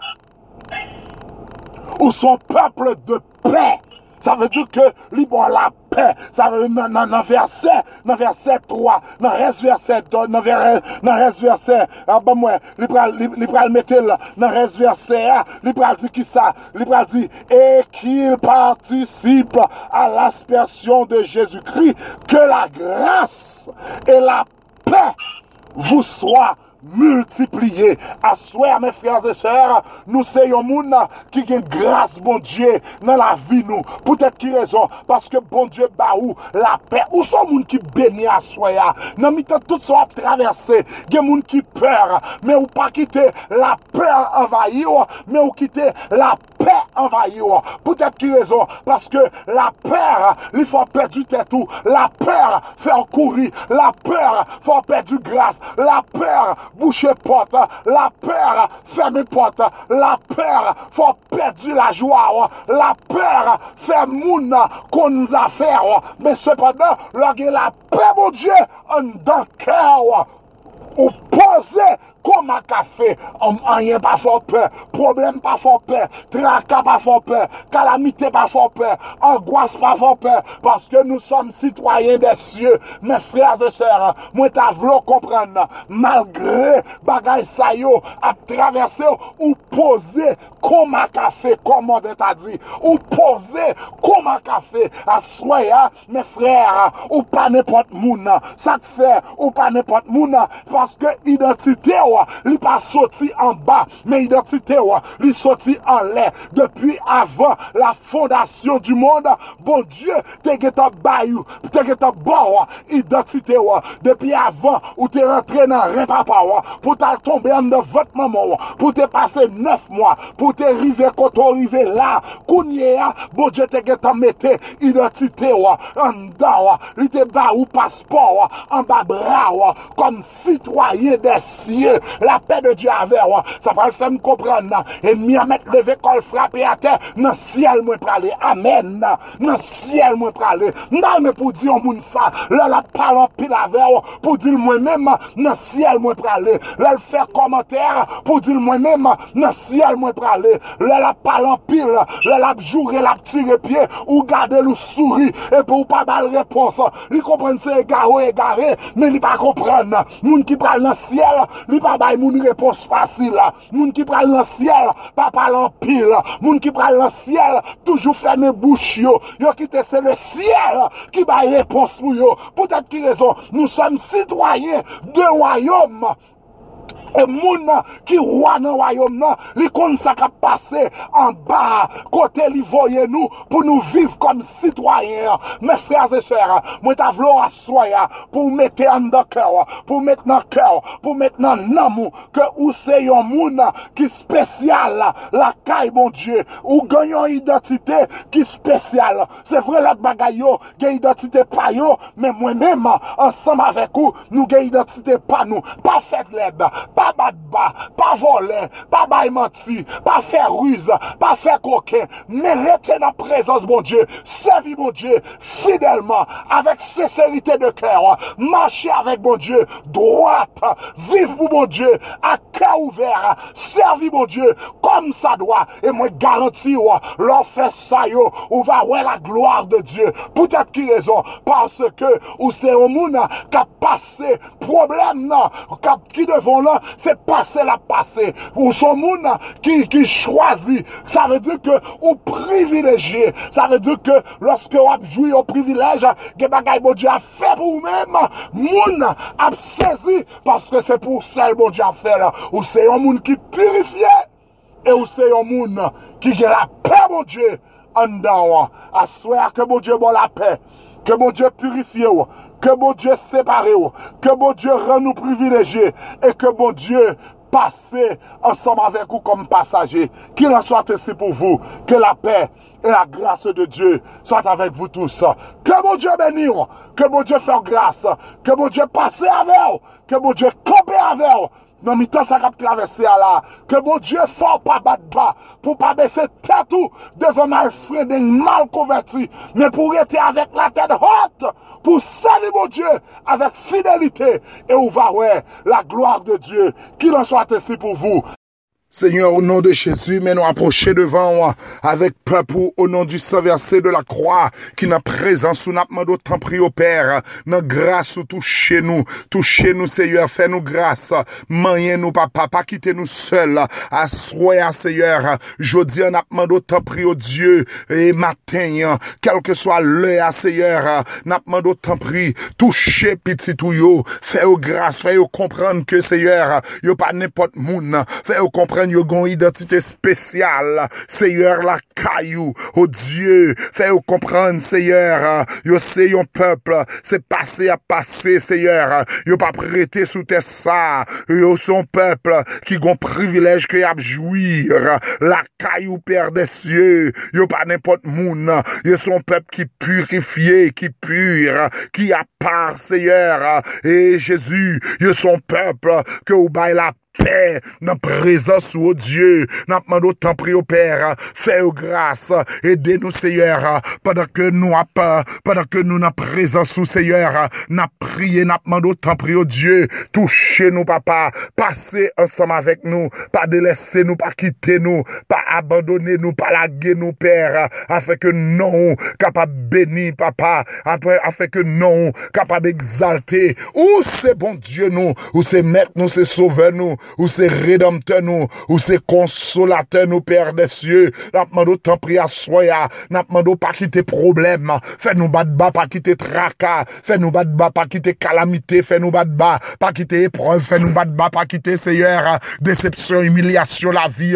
Ou son peuple de paix. Ça veut dire que libre la paix. Ça veut dire dans verset 3, dans reste verset 2, dans reste verset, il mettre dans reste verset 1, il dit qui ça? Il dit et qu'il participe à l'aspersion de Jésus-Christ, que la grâce et la paix vous soient multiplié. À souhait, mes frères et sœurs, nous sommes moun qui a grâce, bon Dieu, dans la vie nous. Peut-être qui raison, parce que bon Dieu ba ou la paix. Ou sont moun qui bénit à souhait. Dans mi-temps tout ça traversé, il y a moun qui peur, mais ou pas quitter la peur envahir, mais ou quitter la paix envahir. Peut-être qui raison, parce que la peur, il faut perdre du tête tout. La peur fait courir, la peur fait perdre du grâce, la peur boucher porte, la peur fermer porte, la peur faut perdre la joie, la peur fait moun qu'on nous a fait, mais cependant, la paix, mon Dieu, en dans le cœur, ou poser comme un café, rien pas fort peur, problème pas fort peur, tracas pas fort peur, calamité pas fort peur, angoisse pas fort peur, parce que nous sommes citoyens des cieux, mes frères et sœurs, moi t'as voulu comprendre, malgré bagay sa yo, à traverser ou poser comme un café, comme on t'a dit, ou poser comme un café, à soya, mes frères, ou pas n'importe moun, ça te fait, ou pas n'importe moun, parce que identité, li pas sorti en bas, mais identité li sorti en l'air. Depuis avant la fondation du monde, bon Dieu, te geta bayou, te geta bon identité depuis avant ou te rentré dans rien papa pour t'al tomber en de votre maman, pour te passer 9 mois, pour te river quand on river là, kounye bon Dieu te geta mette identité en dedans, li te ba ou passeport en bas bras comme citoyen des cieux. La paix de Dieu avec ça va le faire me comprendre. Et m'y mettre le véhicule frappé à terre, dans le ciel, moi, praler. Amen. Dans le ciel, moi, praler. Non, mais pour dire au monde ça, là, la parole en pile avec, pour dire moi-même, dans le ciel, moi, praler. Là, le faire commentaire, pour dire moi-même, dans le ciel, moi, praler. Là, la parole en pile, là, la jouer, la tirer pied, ou garder le sourire, et pour pas mal réponse. Lui comprendre c'est égaré, mais il pas comprendre. Moun qui parle dans le ciel, lui pas bail moun réponse facile. Moun qui pral dans ciel, pas parler en pile. Moun qui pral dans ciel, toujours fermer bouche yo. Yo qui c'est le ciel qui bail réponse pour yo. Peut-être qui raison, nous sommes citoyens de royaume. Et moun qui roi dans royaume li kon ça ka passer en bas côté li voye nous pour nous vivre comme citoyens. Mes frères et sœurs, moi t'a vlo assoya pour mettre en dans cœur, pour mettre dans cœur, pour mettre dans l'amour que ou c'est un moun qui spécial la caille bon Dieu ou gagnant identité qui spécial. C'est vrai l'autre bagay yo, gen identité pas yo, mais moi-même ensemble avec vous, nous gen identité pas nous, pas fait l'aide, pas battre bas, pas voler, pas bailler menti, pas faire ruse, pas faire coquin, mais rester dans la présence, mon Dieu, servir, mon Dieu, fidèlement, avec sincérité de cœur, marcher avec, mon Dieu, droite, vivre pour, mon Dieu, à cœur ouvert, servir, mon Dieu, comme ça doit, et moi, garantis, l'on fait ça, yo, ou va voir la gloire de Dieu. Peut-être qui raison, parce que, ou c'est un monde qui a passé problème, non, qui devant là, c'est passer la passé. Ou son monde qui choisit. Ça veut dire que ou privilégié. Ça veut dire que lorsque on joue au privilège, que bagay bon Dieu a fait pour vous-même, moun a saisi parce que c'est pour celle bon Dieu a fait là. Ou c'est un monde qui purifie et ou c'est un monde qui a la paix bon Dieu en dedans. À souhait que bon Dieu bon la paix, que bon Dieu purifie, que bon Dieu sépare, que bon Dieu rend nous privilégiés et que bon Dieu passe ensemble avec vous comme passagers. Qu'il en soit ainsi pour vous, que la paix et la grâce de Dieu soient avec vous tous. Que bon Dieu bénisse, que bon Dieu fasse grâce, que bon Dieu passe avec vous, que bon Dieu campe avec vous. Non, mais tant ça va traverser là, que bon Dieu fort pas battre bas, pour pas baisser tête tout devant malfraids mal convertis, mais pour être avec la tête haute, pour servir mon Dieu avec fidélité, et on va voir la gloire de Dieu, qu'il en soit ainsi pour vous. Seigneur, au nom de Jésus, mais nous approcher devant avec peuple au nom du sang versé de la croix, qui n'a présence ou n'a pas d'autant pris au Père, n'a grâce ou touchez-nous, Seigneur, fais-nous grâce, maniez-nous, papa, pas quitter nous seuls, assoyez, Seigneur, jeudi, on a pas d'autant pris au Dieu, et matin, quel que soit l'heure, Seigneur, n'a pas d'autant pris, touchez petit ou yo, fais-vous grâce, fais-vous comprendre que, Seigneur, yo pas n'importe moun, fais-vous comprendre yo gon identité spéciale, Seigneur, la caillou, oh Dieu, fais-vous comprendre, Seigneur, yo c'est yon peuple, c'est passé à passer, Seigneur, yo pas prêté sous tes ça, yo son peuple, qui gon privilège que y a jouir, la caillou Père des cieux, yo pas n'importe moun, yo son peuple qui purifié, qui pur, qui a part, Seigneur, et Jésus, yo son peuple, que ou bail la paix, dans présence, oh Dieu, n'a demandé autant prier au Père, fais-nous grâce, aidez-nous, Seigneur, pendant que nous a peur, pendant que nous n'a présence, oh Seigneur, n'a prié, n'a demandé autant prier au Dieu, touchez-nous, papa, passez ensemble avec nous, pas délaisser nous, pas quitter nous, pas abandonner nous, pas laguer nous, Père, afin que nous, capables bénir, papa, afin que nous, capables exalter, où c'est bon Dieu nous, où c'est maître nous, c'est sauveur nous, ou c'est rédempteur nous, ou c'est consolateur nous, Père des cieux. N'a demandé tant prier à soya, n'a demandé pas quitter problème, fais-nous battre bas, pas quitter tracas, fais-nous battre bas, pas quitter calamité, fais-nous battre bas, pas quitter épreuve, fais-nous battre bas, pas quitter, Seigneur, déception, humiliation, la vie,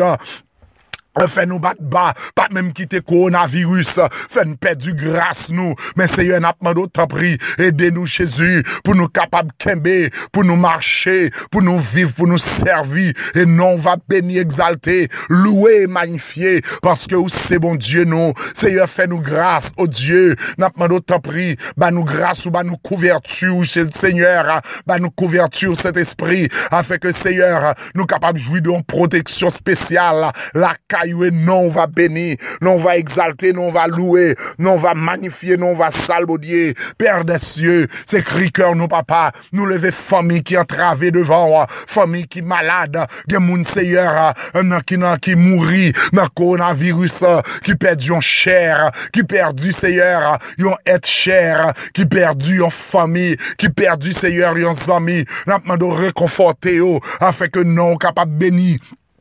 fais-nous battre bas, pas même quitter coronavirus, fais-nous perdre du grâce nous, mais Seigneur n'a pas d'autre prix, aidez-nous Jésus, pour nous capables de pour nous marcher, pour nous vivre, pour nous servir, et non on va bénir, exalter, louer, magnifier, parce que c'est bon Dieu nous, Seigneur fais-nous grâce, oh Dieu, n'a pas d'autre prix, bah nous grâce ou bah nous couverture, Seigneur, bah nous couverture cet esprit, afin que Seigneur, nous capables de jouir d'une protection spéciale, la non on va bénir, non on va exalter, non on va louer, non on va magnifier, non on va salmodier, Père des cieux, c'est cri cœur nos papa, nous lever famille qui entravée devant, famille qui malade, des moun Seigneur, qui mourit, dans coronavirus, qui perdu en chair, qui perdu Seigneur, yon être cher, qui perdu en famille, qui perdu Seigneur, yon amis, n'a pas de réconforter, afin que non capable bénir,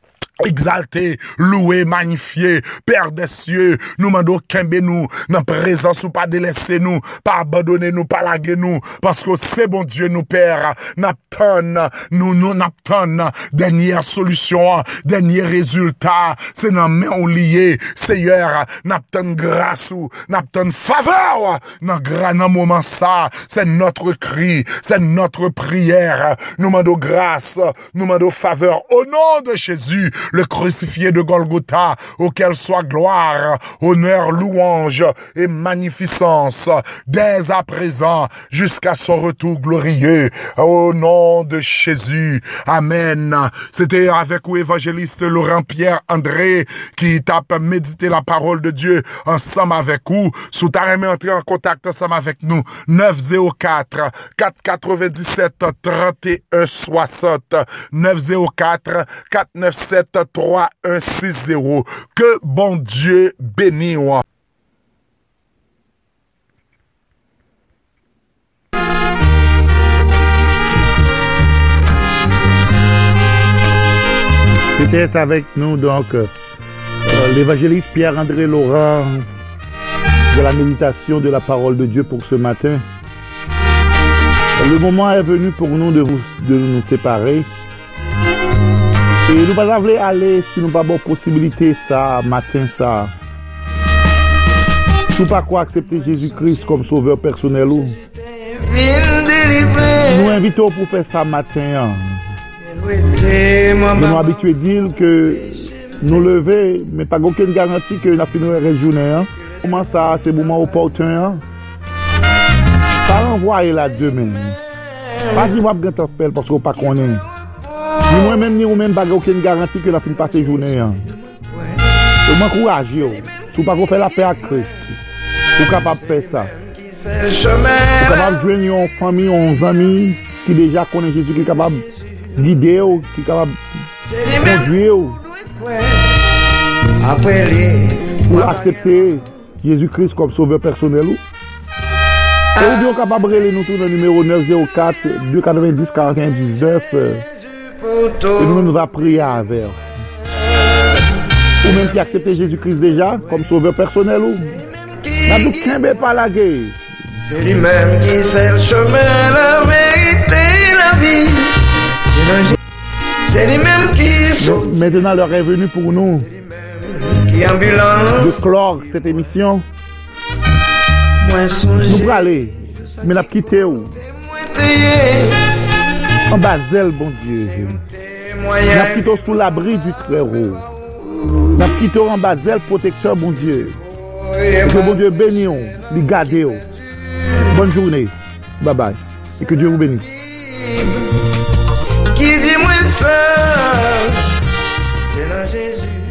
exalté, loué, magnifié, Père des cieux, nous mandons kembe nous, dans présence ou pas délaisser nous, pas abandonner nous, pas laguer nous, parce que c'est bon Dieu nous, Père, n'attend, nous n'attend, dernière solution, dernier résultat, c'est dans main ou lié, Seigneur, n'attend grâce ou, n'attend faveur, dans grand moment ça, c'est notre cri, c'est notre prière, nous mandons grâce, nous mandons faveur, au nom de Jésus, le crucifié de Golgotha, auquel soit gloire, honneur, louange et magnificence, dès à présent, jusqu'à son retour glorieux, au nom de Jésus. Amen. C'était avec l'évangéliste Laurent Pierre André, qui t'a médité la parole de Dieu ensemble avec vous. Sous ta remis entrer en contact ensemble avec nous, 904 497 31 60, 904 497 3160. Que bon Dieu bénisse. C'était avec nous donc l'évangéliste Pierre-André Laurent de la méditation de la parole de Dieu pour ce matin. Le moment est venu pour nous de nous séparer. Et nous ne pouvons pas aller si nous n'avons pas de possibilité ça, matin ça. Nous ne pouvons pas accepter Jésus-Christ comme sauveur personnel. Nous invitons pour faire ça matin. Nous sommes habitués à dire que nous lever, mais pas aucune garantie que nous avons fini la journée. Comment ça, c'est le moment opportun. Ça renvoie là demain. Pas si vous avez un appel parce que vous ne connaissez pas. Ni moi-même, ni vous-même, pas aucune garantie que la fin de passer journée. Je m'encourage, si vous ne pouvez pas faire la paix à Christ, vous êtes capable de faire ça. Vous êtes capable de jouer une famille, une amis qui déjà connaissent Jésus, qui est capable de guider, qui est capable de conduire. pour accepter Jésus-Christ comme sauveur personnel. Et vous êtes capable de relayer nous tout dans le numéro 904 290 49 et nous va prier avec. Ou même qui accepte Jésus-Christ déjà comme sauveur personnel. N'a nous qu'un pas la guerre. C'est lui-même qui sait le chemin, la vérité, la vie. C'est lui-même qui sauve. Maintenant, l'heure est venue pour nous de clore cette émission. Nous pour aller, mais nous quitter où? En Basel, bon Dieu. Nous quittons sous l'abri du Très-Haut. Nous quittons en Basel, protecteur, bon Dieu. Que bon Dieu bénisse, lui garde. Bonne journée. Bye bye. Et que Dieu vous bénisse. Qui dit moi ça? C'est là Jésus.